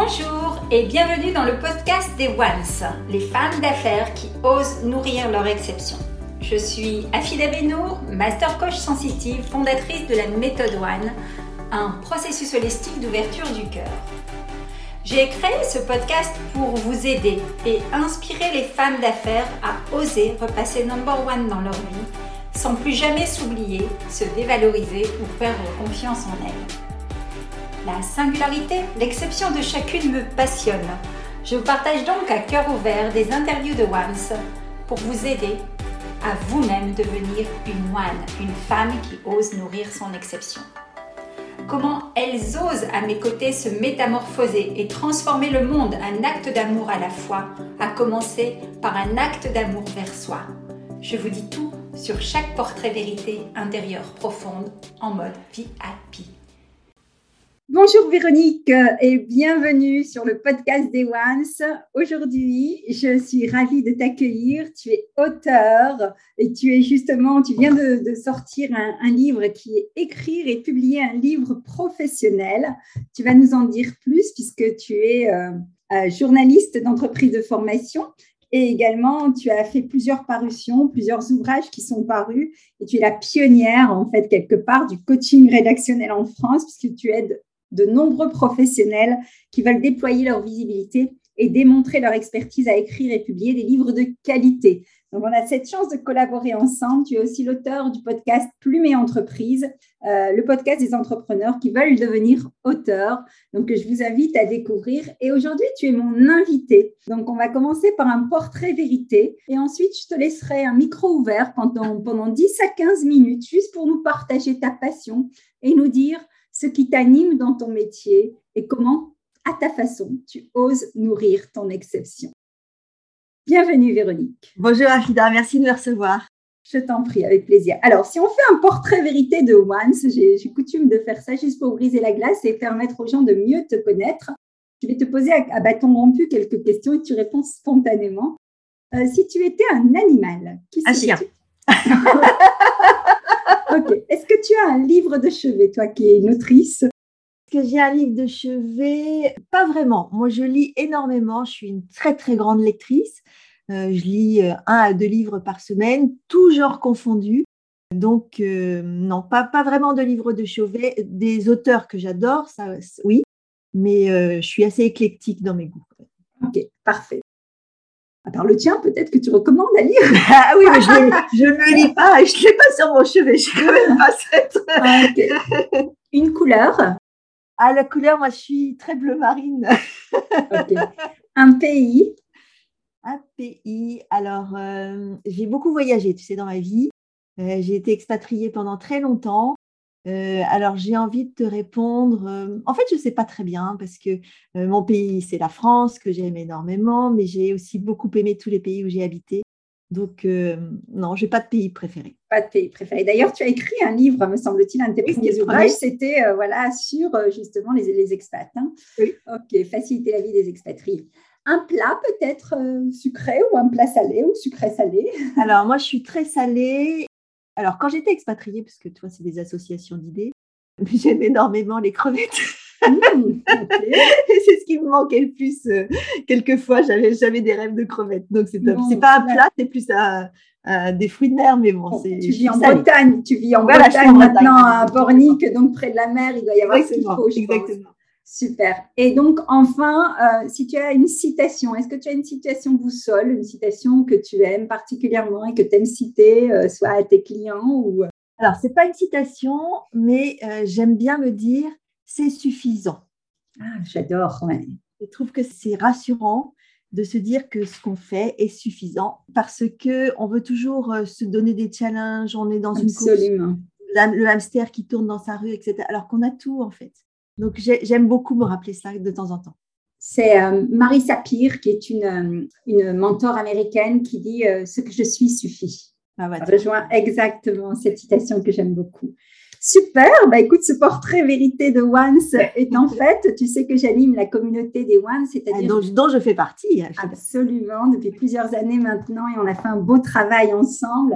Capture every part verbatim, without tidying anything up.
Bonjour et bienvenue dans le podcast des Ones, les femmes d'affaires qui osent nourrir leur exception. Je suis Afida Benour, Master Coach Sensitive, fondatrice de la méthode One, un processus holistique d'ouverture du cœur. J'ai créé ce podcast pour vous aider et inspirer les femmes d'affaires à oser repasser number one dans leur vie, sans plus jamais s'oublier, se dévaloriser ou perdre confiance en elles. La singularité, l'exception de chacune me passionne. Je vous partage donc à cœur ouvert des interviews de Ones pour vous aider à vous-même devenir une One, une femme qui ose nourrir son exception. Comment elles osent à mes côtés se métamorphoser et transformer le monde, un acte d'amour à la fois, à commencer par un acte d'amour vers soi. Je vous dis tout sur chaque portrait vérité intérieure profonde en mode V I P. Bonjour Véronique et bienvenue sur le podcast des Ones. Aujourd'hui, je suis ravie de t'accueillir. Tu es auteur et tu es justement, tu viens de, de sortir un, un livre qui est écrire et publier un livre professionnel. Tu vas nous en dire plus puisque tu es euh, euh, journaliste d'entreprise de formation. Et également, tu as fait plusieurs parutions, plusieurs ouvrages qui sont parus et tu es la pionnière, en fait, quelque part, du coaching rédactionnel en France puisque tu aides de nombreux professionnels qui veulent déployer leur visibilité et démontrer leur expertise à écrire et publier des livres de qualité. Donc, on a cette chance de collaborer ensemble. Tu es aussi l'auteur du podcast Plume et Entreprise, euh, le podcast des entrepreneurs qui veulent devenir auteurs. Donc, je vous invite à découvrir. Et aujourd'hui, tu es mon invité. Donc, on va commencer par un portrait vérité. Et ensuite, je te laisserai un micro ouvert pendant, pendant dix à quinze minutes, juste pour nous partager ta passion et nous dire ce qui t'anime dans ton métier et comment, à ta façon, tu oses nourrir ton exception. Bienvenue Véronique. Bonjour Afida, merci de me recevoir. Je t'en prie, avec plaisir. Alors, si on fait un portrait vérité de Ones, j'ai, j'ai coutume de faire ça juste pour briser la glace et permettre aux gens de mieux te connaître. Je vais te poser à, à bâton rompu quelques questions et tu réponds spontanément. Euh, si tu étais un animal, qui un serais-tu? Un chien. Ok. Est-ce que tu as un livre de chevet, toi qui es une autrice? Est-ce que j'ai un livre de chevet? Pas vraiment. Moi, je lis énormément. Je suis une très, très grande lectrice. Euh, je lis euh, un à deux livres par semaine, tous genres confondus. Donc, euh, non, pas, pas vraiment de livres de chevet. Des auteurs que j'adore, ça, oui. Mais euh, je suis assez éclectique dans mes goûts. Ok, parfait. À part le tien, peut-être que tu recommandes à lire. Ah oui, mais je, je ne le lis pas, je ne l'ai pas sur mon chevet, je suis quand même pas cette. Ah, okay. Une couleur. Ah, la couleur, moi, je suis très bleu marine. Ok. Un pays. Un pays. Alors, euh, j'ai beaucoup voyagé, tu sais, dans ma vie. Euh, j'ai été expatriée pendant très longtemps. Euh, alors, j'ai envie de te répondre. Euh, en fait, je ne sais pas très bien parce que euh, mon pays, c'est la France, que j'aime énormément, mais j'ai aussi beaucoup aimé tous les pays où j'ai habité. Donc, euh, non, je n'ai pas de pays préféré. Pas de pays préféré. D'ailleurs, tu as écrit un livre, me semble-t-il, un de tes oui, premiers ouvrages. C'était euh, voilà, sur euh, justement les, les expats. Hein. Oui. Ok, faciliter la vie des expatriés. Un plat peut-être euh, sucré ou un plat salé ou sucré-salé? Alors, moi, je suis très salée. Alors, quand j'étais expatriée, parce que toi, c'est des associations d'idées, j'aime énormément les crevettes. Mmh, okay. C'est ce qui me manquait le plus. Euh, quelquefois, j'avais, j'avais des rêves de crevettes. Donc, c'est top. Bon, c'est pas un plat, c'est plus un, un, des fruits de mer, mais bon, bon c'est. Tu vis en salée. Bretagne, tu vis en voilà, Bretagne en maintenant Bretagne, à Pornic, donc près de la mer, il doit y avoir exactement, ce qu'il faut, je exactement. pense. Super. Et donc, enfin, euh, si tu as une citation, est-ce que tu as une citation boussole, une citation que tu aimes particulièrement et que tu aimes citer, euh, soit à tes clients ou… Alors, ce n'est pas une citation, mais euh, j'aime bien me dire « c'est suffisant ». Ah, j'adore, ouais. Je trouve que c'est rassurant de se dire que ce qu'on fait est suffisant parce qu'on veut toujours euh, se donner des challenges, on est dans Absolument. une course, le hamster qui tourne dans sa rue, et cetera. Alors qu'on a tout en fait. Donc, j'aime beaucoup me rappeler ça de temps en temps. C'est euh, Marie Sapir, qui est une, une mentor américaine, qui dit euh, « Ce que je suis suffit ». Ah bah, ça rejoint exactement cette citation que j'aime beaucoup. Super, bah écoute, ce portrait vérité de Ones est en fait, tu sais que j'anime la communauté des Ones, c'est-à-dire… Ah, dont, dont je fais partie. Absolument, depuis plusieurs années maintenant, et on a fait un beau travail ensemble.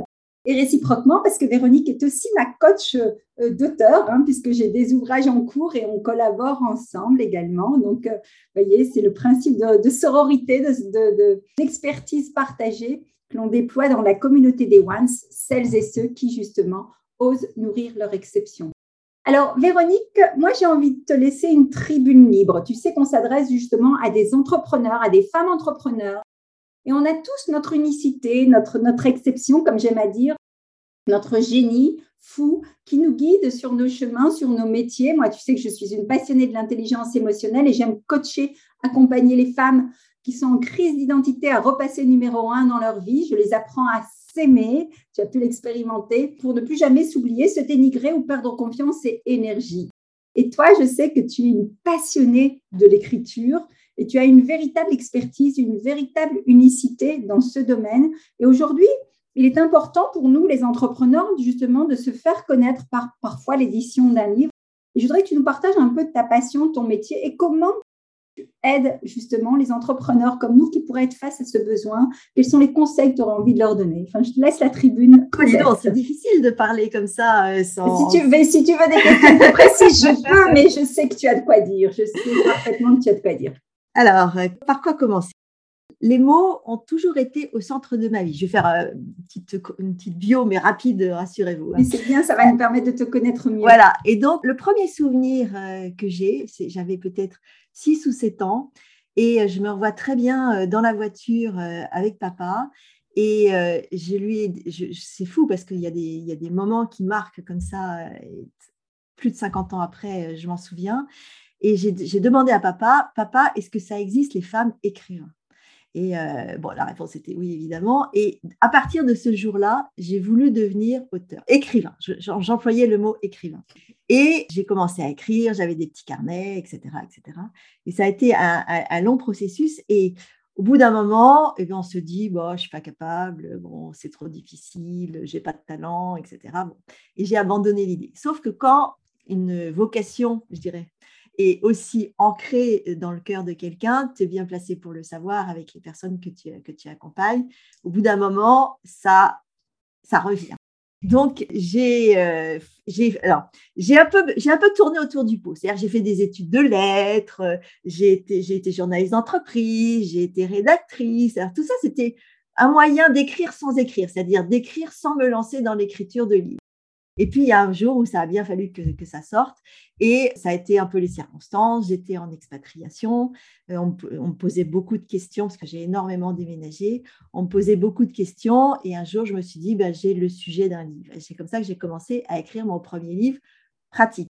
Et réciproquement, parce que Véronique est aussi ma coach euh, d'auteur, hein, puisque j'ai des ouvrages en cours et on collabore ensemble également. Donc, euh, vous voyez, c'est le principe de, de sororité, de, de, de, d'expertise partagée que l'on déploie dans la communauté des Ones, celles et ceux qui, justement, osent nourrir leur exception. Alors, Véronique, moi, j'ai envie de te laisser une tribune libre. Tu sais qu'on s'adresse justement à des entrepreneurs, à des femmes entrepreneurs. Et on a tous notre unicité, notre, notre exception, comme j'aime à dire, notre génie fou qui nous guide sur nos chemins, sur nos métiers. Moi, tu sais que je suis une passionnée de l'intelligence émotionnelle et j'aime coacher, accompagner les femmes qui sont en crise d'identité à repasser numéro un dans leur vie. Je les apprends à s'aimer, tu as pu l'expérimenter, pour ne plus jamais s'oublier, se dénigrer ou perdre confiance et énergie. Et toi, je sais que tu es une passionnée de l'écriture et tu as une véritable expertise, une véritable unicité dans ce domaine. Et aujourd'hui, il est important pour nous, les entrepreneurs, justement, de se faire connaître par parfois l'édition d'un livre. Et je voudrais que tu nous partages un peu de ta passion, ton métier et comment tu aides justement les entrepreneurs comme nous qui pourraient être face à ce besoin. Quels sont les conseils que tu aurais envie de leur donner? Enfin, je te laisse la tribune. Non, c'est difficile de parler comme ça. Euh, sans... Si tu veux, si tu veux des questions plus précises, je peux, mais je sais que tu as de quoi dire. Je sais parfaitement que tu as de quoi dire. Alors, euh, par quoi commencer? Les mots ont toujours été au centre de ma vie. Je vais faire euh, une, petite, une petite bio, mais rapide, rassurez-vous. Mais c'est bien, ça va nous permettre de te connaître mieux. Voilà. Et donc, le premier souvenir euh, que j'ai, c'est j'avais peut-être six ou sept ans et je me revois très bien euh, dans la voiture euh, avec papa. Et euh, je lui ai, je, c'est fou parce qu'il y a des, il y a des moments qui marquent comme ça. Euh, plus de cinquante ans après, je m'en souviens. Et j'ai, j'ai demandé à papa, papa, est-ce que ça existe les femmes écrivains? Et euh, bon, la réponse était oui, évidemment. Et à partir de ce jour-là, j'ai voulu devenir auteur, écrivain. Je, j'employais le mot écrivain. Et j'ai commencé à écrire, j'avais des petits carnets, et cetera, et cetera. Et ça a été un, un, un long processus. Et au bout d'un moment, eh bien, on se dit, bon, je ne suis pas capable, bon, c'est trop difficile, je n'ai pas de talent, et cetera. Bon. Et j'ai abandonné l'idée. Sauf que quand une vocation, je dirais, et aussi ancré dans le cœur de quelqu'un, tu es bien placé pour le savoir avec les personnes que tu, que tu accompagnes. Au bout d'un moment, ça, ça revient. Donc, j'ai, euh, j'ai, alors, j'ai, un peu, j'ai un peu tourné autour du pot. C'est-à-dire, j'ai fait des études de lettres, j'ai été, j'ai été journaliste d'entreprise, j'ai été rédactrice. Alors, tout ça, c'était un moyen d'écrire sans écrire, c'est-à-dire d'écrire sans me lancer dans l'écriture de livres. Et puis, il y a un jour où ça a bien fallu que, que ça sorte et ça a été un peu les circonstances. J'étais en expatriation, euh, on, on me posait beaucoup de questions parce que j'ai énormément déménagé. On me posait beaucoup de questions et un jour, je me suis dit, ben, j'ai le sujet d'un livre. Et c'est comme ça que j'ai commencé à écrire mon premier livre pratique.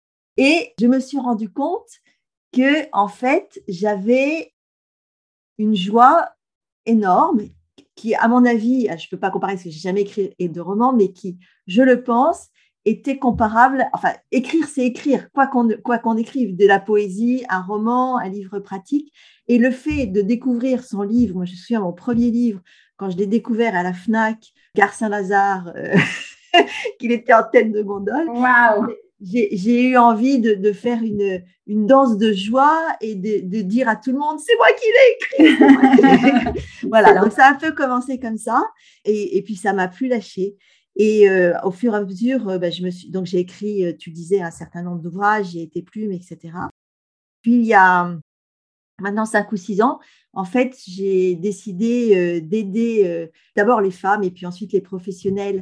Et je me suis rendu compte que, en fait, j'avais une joie énorme qui, à mon avis, je ne peux pas comparer parce que je n'ai jamais écrit de roman, mais qui, je le pense, était comparable. Enfin, écrire, c'est écrire, quoi qu'on, quoi qu'on écrive, de la poésie, un roman, un livre pratique. Et le fait de découvrir son livre, moi, je me souviens, mon premier livre, quand je l'ai découvert à la Fnac, Gare Saint-Lazare, euh, qu'il était en tête de gondole. Waouh! J'ai, j'ai eu envie de, de faire une, une danse de joie et de, de dire à tout le monde, c'est moi qui l'ai écrit. Moi qui l'ai écrit. Voilà, donc ça a un peu commencé comme ça et, et puis ça m'a plus lâché. Et euh, au fur et à mesure, euh, bah, je me suis, donc j'ai écrit, euh, tu disais, un certain nombre d'ouvrages, j'ai été plume, et cetera. Puis il y a maintenant cinq ou six ans, en fait, j'ai décidé euh, d'aider euh, d'abord les femmes et puis ensuite les professionnels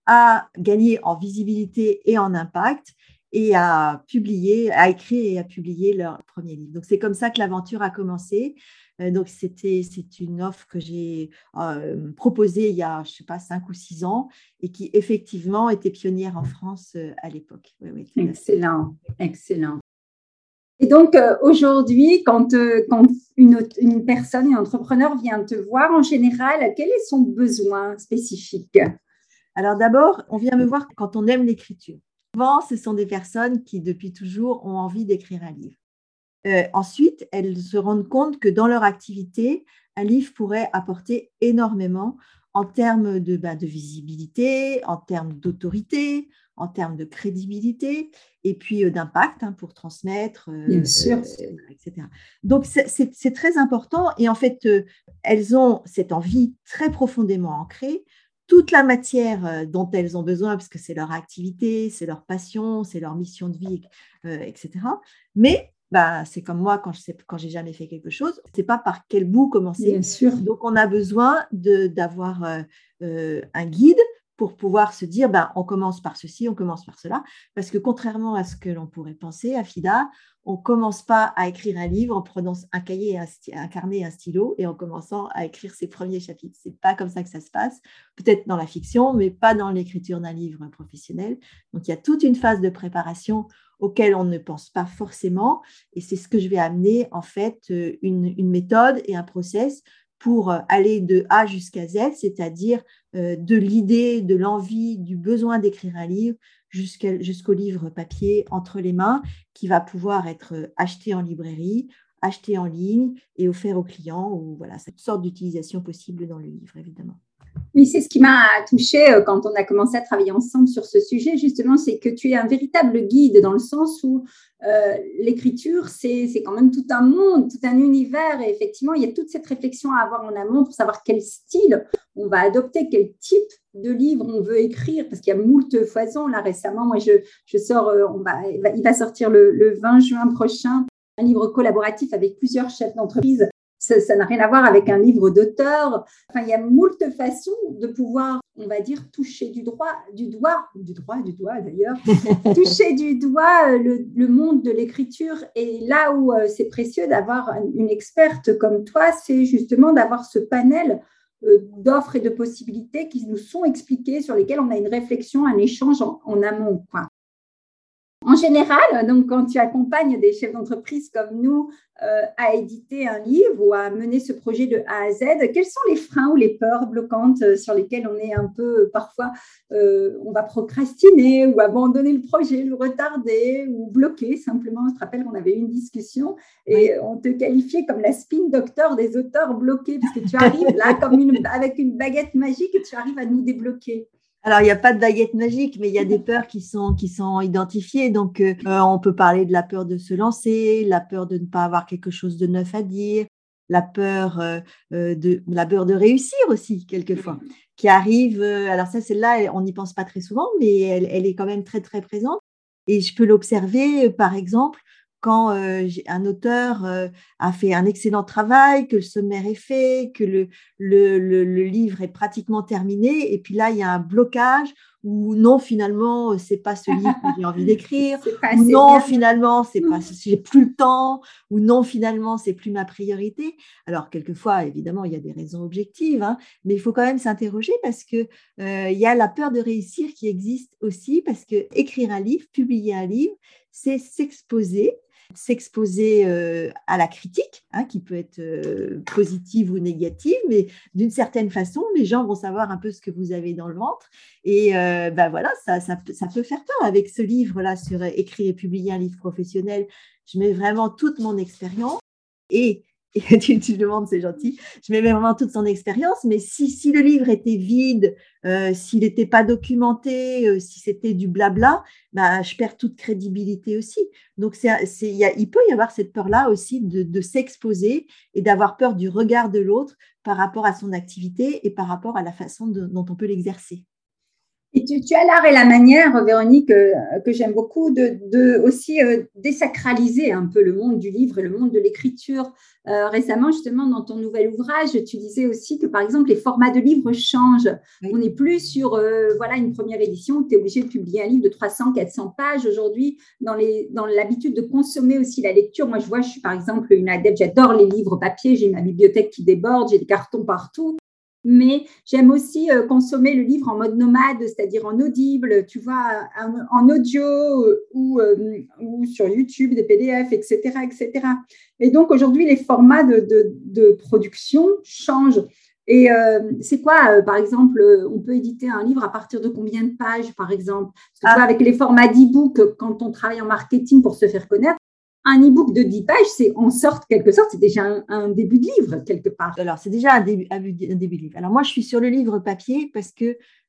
à gagner en visibilité et en impact et à publier, à écrire et à publier leur premier livre. Donc, c'est comme ça que l'aventure a commencé. Euh, donc, c'était, c'est une offre que j'ai euh, proposée il y a, je ne sais pas, cinq ou six ans et qui, effectivement, était pionnière en France euh, à l'époque. Oui, oui, excellent, excellent. Et donc, euh, aujourd'hui, quand, euh, quand une, une personne, un entrepreneur vient te voir, en général, quel est son besoin spécifique ? Alors d'abord, on vient me voir quand on aime l'écriture. Souvent, ce sont des personnes qui, depuis toujours, ont envie d'écrire un livre. Euh, ensuite, elles se rendent compte que dans leur activité, un livre pourrait apporter énormément en termes de, ben, de visibilité, en termes d'autorité, en termes de crédibilité et puis euh, d'impact hein, pour transmettre, euh, Bien sûr. Euh, et cetera. Donc, c'est, c'est, c'est très important et en fait, euh, elles ont cette envie très profondément ancrée toute la matière dont elles ont besoin, parce que c'est leur activité, c'est leur passion, c'est leur mission de vie, euh, et cetera. Mais bah, c'est comme moi quand je sais, quand j'ai jamais fait quelque chose, c'est pas par quel bout commencer. Bien sûr. Donc, on a besoin de, d'avoir euh, euh, un guide pour pouvoir se dire, ben, on commence par ceci, on commence par cela. Parce que contrairement à ce que l'on pourrait penser, Afida, on ne commence pas à écrire un livre en prenant un cahier, un, un carnet et un stylo et en commençant à écrire ses premiers chapitres. Ce n'est pas comme ça que ça se passe, peut-être dans la fiction, mais pas dans l'écriture d'un livre professionnel. Donc, il y a toute une phase de préparation auquel on ne pense pas forcément. Et c'est ce que je vais amener, en fait, une, une méthode et un process pour aller de A jusqu'à Z, c'est-à-dire euh, de l'idée, de l'envie, du besoin d'écrire un livre jusqu'à, jusqu'au livre papier entre les mains qui va pouvoir être acheté en librairie, acheté en ligne et offert aux clients. Ou voilà, cette sorte d'utilisation possible dans le livre, évidemment. Oui, c'est ce qui m'a touchée quand on a commencé à travailler ensemble sur ce sujet, justement, c'est que tu es un véritable guide dans le sens où euh, l'écriture, c'est, c'est quand même tout un monde, tout un univers. Et effectivement, il y a toute cette réflexion à avoir en amont pour savoir quel style on va adopter, quel type de livre on veut écrire, parce qu'il y a moult foisons. Là, récemment, moi, je, je sors, on va, il va sortir le, le vingt juin prochain, un livre collaboratif avec plusieurs chefs d'entreprise. Ça, ça n'a rien à voir avec un livre d'auteur. Enfin, il y a moult façons de pouvoir, on va dire, toucher du droit, du doigt, du droit, du doigt d'ailleurs, toucher du doigt le, le monde de l'écriture. Et là où euh, c'est précieux d'avoir une experte comme toi, c'est justement d'avoir ce panel euh, d'offres et de possibilités qui nous sont expliquées, sur lesquelles on a une réflexion, un échange en, en amont, quoi. En général, donc, quand tu accompagnes des chefs d'entreprise comme nous euh, à éditer un livre ou à mener ce projet de A à Z, quels sont les freins ou les peurs bloquantes sur lesquelles on est un peu, parfois, euh, on va procrastiner ou abandonner le projet, le retarder ou bloquer simplement. Je te rappelle qu'on avait eu une discussion et oui. On te qualifiait comme la spin doctor des auteurs bloqués parce que tu arrives là comme une, avec une baguette magique et tu arrives à nous débloquer. Alors, il n'y a pas de baguette magique, mais il y a des peurs qui sont, qui sont identifiées. Donc, euh, on peut parler de la peur de se lancer, la peur de ne pas avoir quelque chose de neuf à dire, la peur, euh, de, la peur de réussir aussi, quelquefois, qui arrive. Euh, alors ça, celle-là, on n'y pense pas très souvent, mais elle, elle est quand même très, très présente. Et je peux l'observer, par exemple, quand euh, un auteur euh, a fait un excellent travail, que le sommaire est fait, que le, le, le, le livre est pratiquement terminé, et puis là, il y a un blocage, ou non, finalement, c'est pas ce livre que j'ai envie d'écrire, ou non, bien. Finalement, c'est pas, j'ai plus le temps, ou non, finalement, c'est plus ma priorité. Alors, quelquefois, évidemment, il y a des raisons objectives, hein, mais il faut quand même s'interroger parce que euh, il y a la peur de réussir qui existe aussi, parce que écrire un livre, publier un livre, c'est s'exposer, s'exposer euh, à la critique, hein, qui peut être euh, positive ou négative, mais d'une certaine façon, les gens vont savoir un peu ce que vous avez dans le ventre. Et euh, ben voilà, ça, ça, ça peut faire peur. Avec ce livre-là sur écrire et publier un livre professionnel, je mets vraiment toute mon expérience et Et tu, tu demandes, c'est gentil, je mets vraiment toute son expérience, mais si, si le livre était vide, euh, s'il n'était pas documenté, euh, si c'était du blabla, bah, je perds toute crédibilité aussi. Donc, c'est, c'est, y a, il peut y avoir cette peur-là aussi de, de s'exposer et d'avoir peur du regard de l'autre par rapport à son activité et par rapport à la façon de, dont on peut l'exercer. Et tu, tu as l'art et la manière, Véronique, euh, que j'aime beaucoup, de, de aussi euh, désacraliser un peu le monde du livre et le monde de l'écriture. Euh, récemment, justement, dans ton nouvel ouvrage, tu disais aussi que, par exemple, les formats de livres changent. Oui. On n'est plus sur euh, voilà, une première édition où tu es obligé de publier un livre de trois cents, quatre cents pages. Aujourd'hui, dans, les, dans l'habitude de consommer aussi la lecture, moi, je vois, je suis par exemple une adepte, j'adore les livres papier, j'ai ma bibliothèque qui déborde, j'ai des cartons partout. Mais j'aime aussi euh, consommer le livre en mode nomade, c'est-à-dire en audible, tu vois, en, en audio euh, ou, euh, ou sur YouTube, des P D F, et cetera, et cetera. Et donc, aujourd'hui, les formats de, de, de production changent. Et euh, c'est quoi, euh, par exemple, on peut éditer un livre à partir de combien de pages, par exemple? Parce que ah. tu vois, avec les formats d'e-book, quand on travaille en marketing pour se faire connaître, un e-book de dix pages, c'est en sorte, quelque sorte, c'est déjà un, un début de livre, quelque part. Alors, c'est déjà un début, un début de livre. Alors, moi, je suis sur le livre papier parce que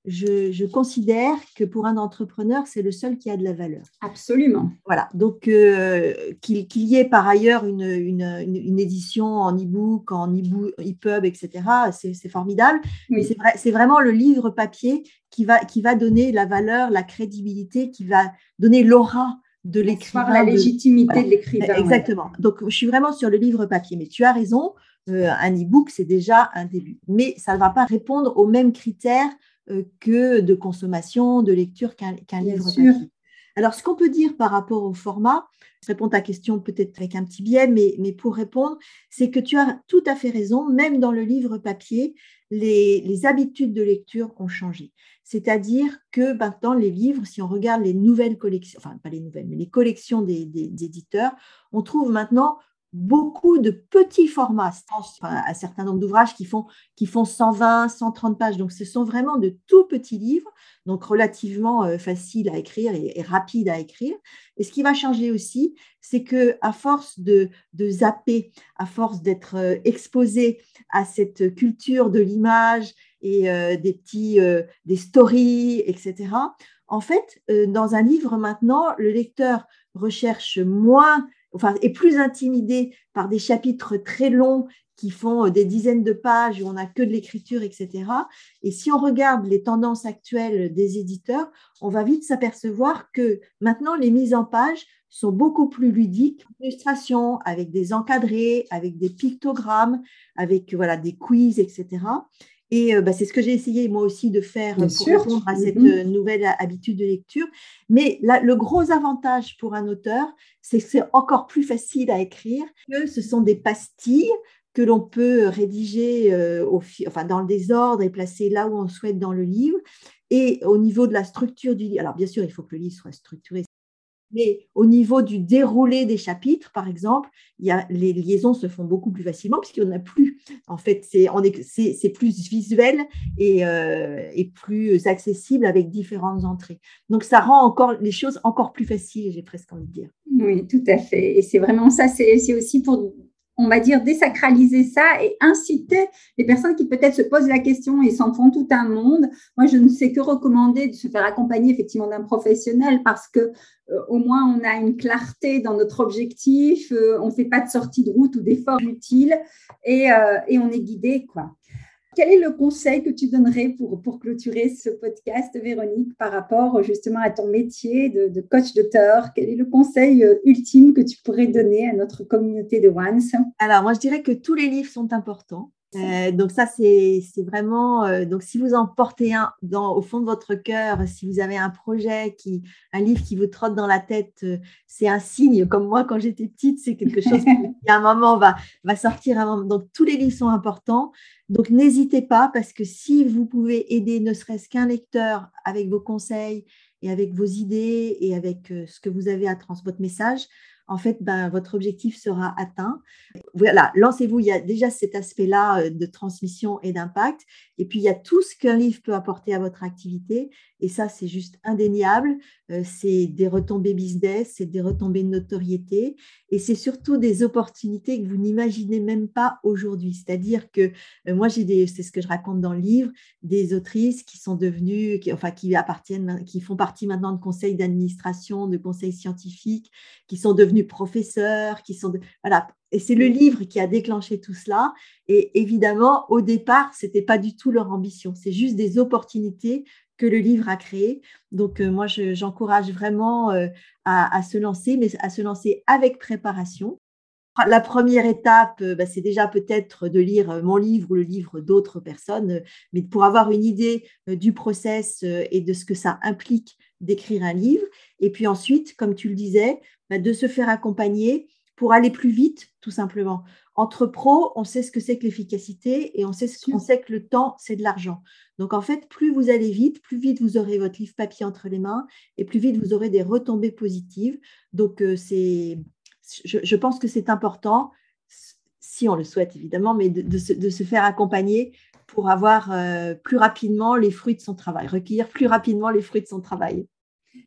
je, je considère que pour un entrepreneur, c'est le seul qui a de la valeur. Absolument. Voilà, donc euh, qu'il, qu'il y ait par ailleurs une, une, une, une édition en e-book, en e-book, e-pub, et cetera, c'est, c'est formidable. Oui. Mais c'est, vrai, c'est vraiment le livre papier qui va, qui va donner la valeur, la crédibilité, qui va donner l'aura de l'écrivain. La légitimité de, voilà, de l'écrivain. Exactement. Ouais. Donc, je suis vraiment sur le livre papier. Mais tu as raison, euh, un e-book, c'est déjà un début. Mais ça ne va pas répondre aux mêmes critères euh, que de consommation, de lecture qu'un, qu'un livre sûr. papier. Alors, ce qu'on peut dire par rapport au format, je réponds à ta question peut-être avec un petit biais, mais, mais pour répondre, c'est que tu as tout à fait raison. Même dans le livre papier, les, les habitudes de lecture ont changé. C'est-à-dire que maintenant, les livres, si on regarde les nouvelles collections, enfin pas les nouvelles, mais les collections des, des, des éditeurs, on trouve maintenant beaucoup de petits formats, enfin, un certain nombre d'ouvrages qui font, qui font cent vingt, cent trente pages. Donc, ce sont vraiment de tout petits livres, donc relativement euh, faciles à écrire et, et rapides à écrire. Et ce qui va changer aussi, c'est qu'à force de, de zapper, à force d'être euh, exposé à cette culture de l'image et euh, des petits, euh, des stories, et cetera, en fait, euh, dans un livre maintenant, le lecteur recherche moins, enfin, est plus intimidé par des chapitres très longs qui font des dizaines de pages où on n'a que de l'écriture, et cetera. Et si on regarde les tendances actuelles des éditeurs, on va vite s'apercevoir que maintenant, les mises en page sont beaucoup plus ludiques, illustrations, avec des encadrés, avec des pictogrammes, avec voilà, des quiz, et cetera. Et euh, bah, c'est ce que j'ai essayé moi aussi de faire Bien pour sûr. répondre à cette mm-hmm. nouvelle habitude de lecture. Mais là, le gros avantage pour un auteur, c'est que c'est encore plus facile à écrire, que ce sont des pastilles que l'on peut rédiger euh, au, enfin, dans le désordre et placer là où on souhaite dans le livre. Et au niveau de la structure du livre, alors bien sûr, il faut que le livre soit structuré, mais au niveau du déroulé des chapitres, par exemple, il y a, les liaisons se font beaucoup plus facilement puisqu'il n'y en a plus. En fait, c'est, on est, c'est, c'est plus visuel et, euh, et plus accessible avec différentes entrées. Donc, ça rend encore les choses encore plus faciles, j'ai presque envie de dire. Oui, tout à fait. Et c'est vraiment ça, c'est, c'est aussi pour, on va dire, désacraliser ça et inciter les personnes qui peut-être se posent la question et s'en font tout un monde. Moi, je ne sais que recommander de se faire accompagner effectivement d'un professionnel parce que euh, au moins on a une clarté dans notre objectif, euh, on ne fait pas de sortie de route ou d'efforts utiles et, euh, et on est guidé, quoi. Quel est le conseil que tu donnerais pour, pour clôturer ce podcast, Véronique, par rapport justement à ton métier de, de coach d'auteur? Quel est le conseil ultime que tu pourrais donner à notre communauté de Once? Alors, moi, je dirais que tous les livres sont importants. Euh, donc ça, c'est, c'est vraiment… Euh, donc, si vous en portez un dans, au fond de votre cœur, si vous avez un projet, qui, un livre qui vous trotte dans la tête, euh, c'est un signe. Comme moi, quand j'étais petite, c'est quelque chose qui, à un moment, va, va sortir. Un moment. Donc, tous les livres sont importants. Donc, n'hésitez pas parce que si vous pouvez aider ne serait-ce qu'un lecteur avec vos conseils et avec vos idées et avec euh, ce que vous avez à transmettre, votre message, en fait, ben, votre objectif sera atteint. Voilà, lancez-vous. Il y a déjà cet aspect-là de transmission et d'impact. Et puis, il y a tout ce qu'un livre peut apporter à votre activité. Et ça, c'est juste indéniable. Euh, c'est des retombées business, c'est des retombées de notoriété. Et c'est surtout des opportunités que vous n'imaginez même pas aujourd'hui. C'est-à-dire que euh, moi, j'ai des, c'est ce que je raconte dans le livre, des autrices qui sont devenues, qui, enfin, qui appartiennent, qui font partie maintenant de conseils d'administration, de conseils scientifiques, qui sont devenus professeurs, qui sont… De, voilà. Et c'est le livre qui a déclenché tout cela. Et évidemment, au départ, ce n'était pas du tout leur ambition. C'est juste des opportunités que le livre a créées. Donc, euh, moi, je, j'encourage vraiment euh, à, à se lancer, mais à se lancer avec préparation. La première étape, euh, bah, c'est déjà peut-être de lire mon livre ou le livre d'autres personnes, euh, mais pour avoir une idée euh, du process euh, et de ce que ça implique d'écrire un livre. Et puis ensuite, comme tu le disais, bah, de se faire accompagner pour aller plus vite, tout simplement. Entre pros, on sait ce que c'est que l'efficacité et on sait, on sait que le temps, c'est de l'argent. Donc, en fait, plus vous allez vite, plus vite vous aurez votre livre papier entre les mains et plus vite vous aurez des retombées positives. Donc, euh, c'est, je, je pense que c'est important, si on le souhaite évidemment, mais de, de, se, de se faire accompagner pour avoir euh, plus rapidement les fruits de son travail, recueillir plus rapidement les fruits de son travail.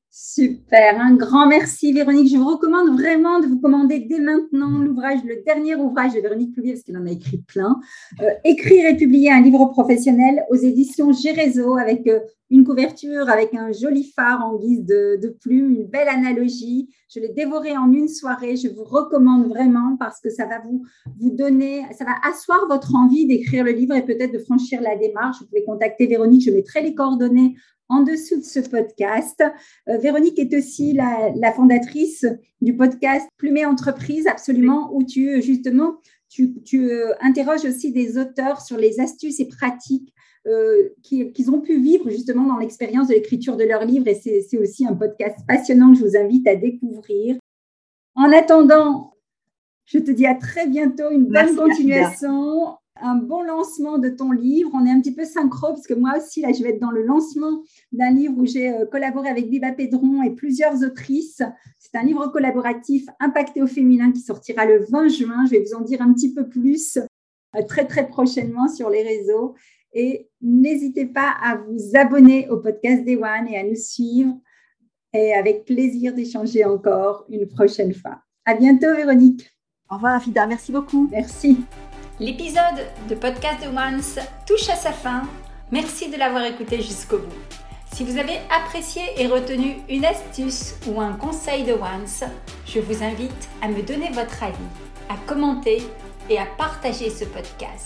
Super, un grand merci Véronique. Je vous recommande vraiment de vous commander dès maintenant l'ouvrage, le dernier ouvrage de Véronique Plouvier, parce qu'elle en a écrit plein. Euh, écrire et publier un livre professionnel aux éditions Gérézo, avec euh, une couverture, avec un joli phare en guise de, de plume, une belle analogie. Je l'ai dévoré en une soirée. Je vous recommande vraiment parce que ça va vous, vous donner, ça va asseoir votre envie d'écrire le livre et peut-être de franchir la démarche. Vous pouvez contacter Véronique, je mettrai les coordonnées en dessous de ce podcast. Euh, Véronique est aussi la, la fondatrice du podcast Plumet Entreprise, absolument, où tu, justement, tu, tu euh, interroges aussi des auteurs sur les astuces et pratiques euh, qu'ils, qu'ils ont pu vivre justement dans l'expérience de l'écriture de leurs livres. Et c'est, c'est aussi un podcast passionnant que je vous invite à découvrir. En attendant, je te dis à très bientôt, une bonne Merci, continuation. Afida. Un bon lancement de ton livre. On est un petit peu synchro parce que moi aussi, là, je vais être dans le lancement d'un livre où j'ai collaboré avec Biba Pedron et plusieurs autrices. C'est un livre collaboratif impacté au féminin qui sortira le vingt juin. Je vais vous en dire un petit peu plus très, très prochainement sur les réseaux. Et n'hésitez pas à vous abonner au podcast Day One et à nous suivre. Et avec plaisir d'échanger encore une prochaine fois. À bientôt, Véronique. Au revoir, Afida. Merci beaucoup. Merci. L'épisode de Podcast The Ones touche à sa fin. Merci de l'avoir écouté jusqu'au bout. Si vous avez apprécié et retenu une astuce ou un conseil de Ones, je vous invite à me donner votre avis, à commenter et à partager ce podcast.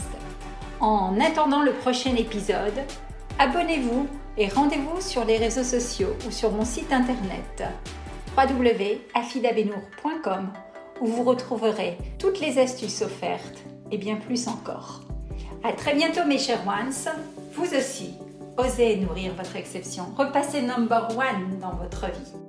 En attendant le prochain épisode, abonnez-vous et rendez-vous sur les réseaux sociaux ou sur mon site internet w w w point afidabenour point com où vous retrouverez toutes les astuces offertes et bien plus encore. À très bientôt mes chers ones, vous aussi, osez nourrir votre exception, repassez number one dans votre vie.